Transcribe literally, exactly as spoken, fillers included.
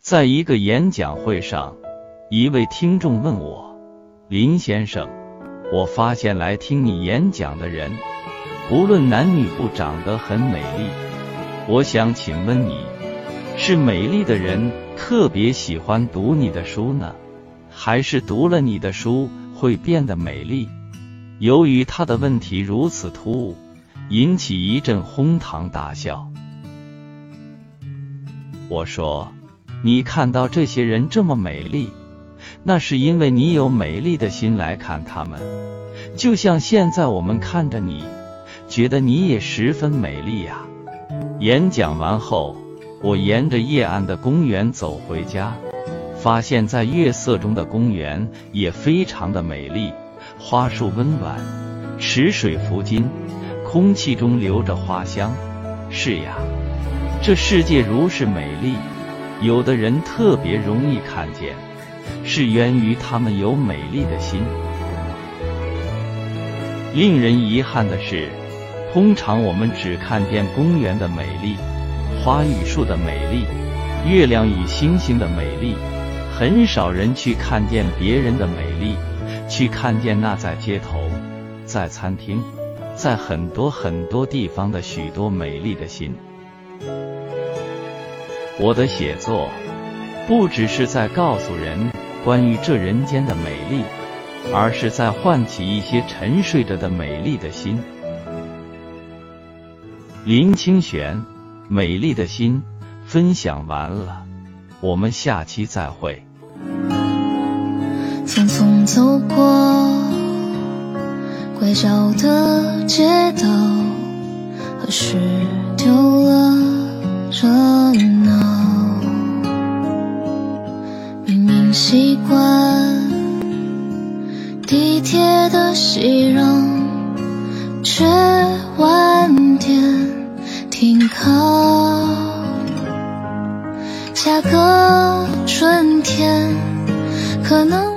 在一个演讲会上，一位听众问我，林先生，我发现来听你演讲的人，无论男女不长得很美丽，我想请问你，是美丽的人特别喜欢读你的书呢，还是读了你的书会变得美丽？由于他的问题如此突兀，引起一阵哄堂大笑。我说，你看到这些人这么美丽，那是因为你有美丽的心来看他们，就像现在我们看着你，觉得你也十分美丽呀。演讲完后，我沿着夜暗的公园走回家，发现在月色中的公园也非常的美丽，花树温婉，池水浮金，空气中流着花香。是呀，这世界如是美丽，有的人特别容易看见，是源于他们有美丽的心。令人遗憾的是，通常我们只看见公园的美丽，花与树的美丽，月亮与星星的美丽，很少人去看见别人的美丽，去看见那在街头，在餐厅，在很多很多地方的许多美丽的心。我的写作不只是在告诉人关于这人间的美丽，而是在唤起一些沉睡着的美丽的心。林清玄，美丽的心，分享完了，我们下期再会。 匆匆走过拐角的街道，何时丢了热闹？明明习惯地铁的熙攘，却晚点停靠。下个春天，可能